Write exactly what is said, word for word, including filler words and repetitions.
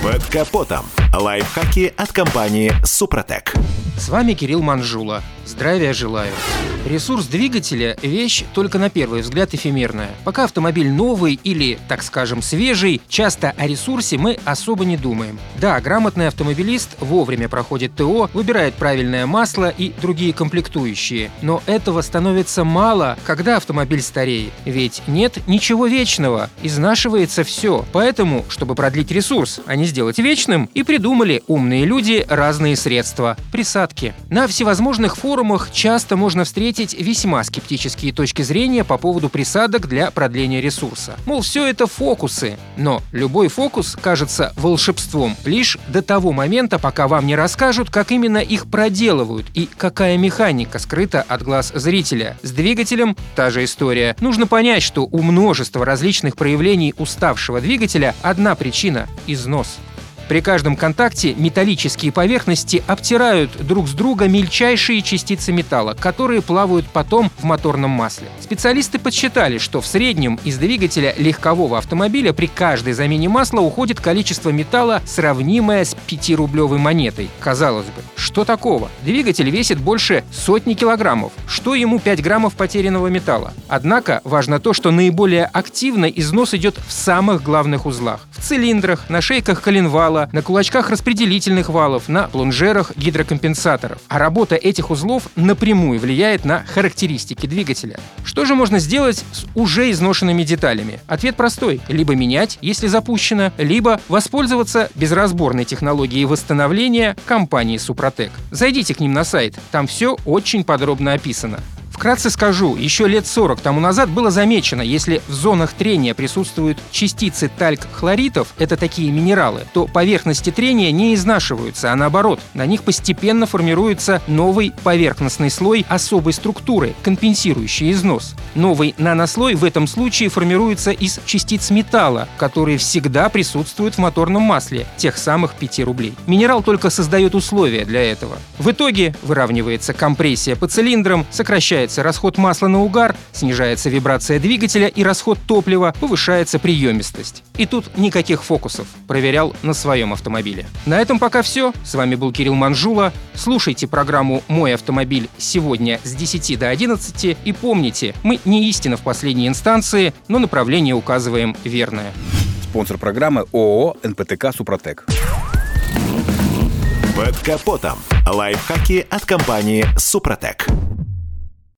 Под капотом. Лайфхаки от компании «Супротек». С вами Кирилл Манжула. Здравия желаю. Ресурс двигателя – вещь только на первый взгляд эфемерная. Пока автомобиль новый или, так скажем, свежий, часто о ресурсе мы особо не думаем. Да, грамотный автомобилист вовремя проходит ТО, выбирает правильное масло и другие комплектующие. Но этого становится мало, когда автомобиль стареет. Ведь нет ничего вечного, изнашивается все. Поэтому, чтобы продлить ресурс, а не сделать вечным, и придумали умные люди разные средства – присадки. На всевозможных форумах часто можно встретить весьма скептические точки зрения по поводу присадок для продления ресурса. Мол, все это фокусы. Но любой фокус кажется волшебством лишь до того момента, пока вам не расскажут, как именно их проделывают и какая механика скрыта от глаз зрителя. С двигателем та же история. Нужно понять, что у множества различных проявлений уставшего двигателя одна причина – износ. При каждом контакте металлические поверхности обтирают друг с друга мельчайшие частицы металла, которые плавают потом в моторном масле. Специалисты подсчитали, что в среднем из двигателя легкового автомобиля при каждой замене масла уходит количество металла, сравнимое с пятирублевой монетой. Казалось бы, что такого? Двигатель весит больше сотни килограммов. Что ему пять граммов потерянного металла? Однако важно то, что наиболее активно износ идет в самых главных узлах. В цилиндрах, на шейках коленвала, на кулачках распределительных валов, на плунжерах гидрокомпенсаторов. А работа этих узлов напрямую влияет на характеристики двигателя. Что же можно сделать с уже изношенными деталями? Ответ простой. Либо менять, если запущено, либо воспользоваться безразборной технологией восстановления компании «Супротек». Зайдите к ним на сайт, там все очень подробно описано. Вкратце скажу, еще лет сорок тому назад было замечено, если в зонах трения присутствуют частицы тальк-хлоритов, это такие минералы, то поверхности трения не изнашиваются, а наоборот, на них постепенно формируется новый поверхностный слой особой структуры, компенсирующий износ. Новый нанослой в этом случае формируется из частиц металла, которые всегда присутствуют в моторном масле, тех самых пяти рублей. Минерал только создает условия для этого. В итоге выравнивается компрессия по цилиндрам, сокращается расход масла на угар, снижается вибрация двигателя и расход топлива, повышается приемистость. И тут никаких фокусов. Проверял на своем автомобиле. На этом пока все. С вами был Кирилл Манжула. Слушайте программу «Мой автомобиль» сегодня с десяти до одиннадцати. И помните, мы не истина в последней инстанции, но направление указываем верное. Спонсор программы ООО «эн пэ тэ ка Супротек». Под капотом. Лайфхаки от компании «Супротек».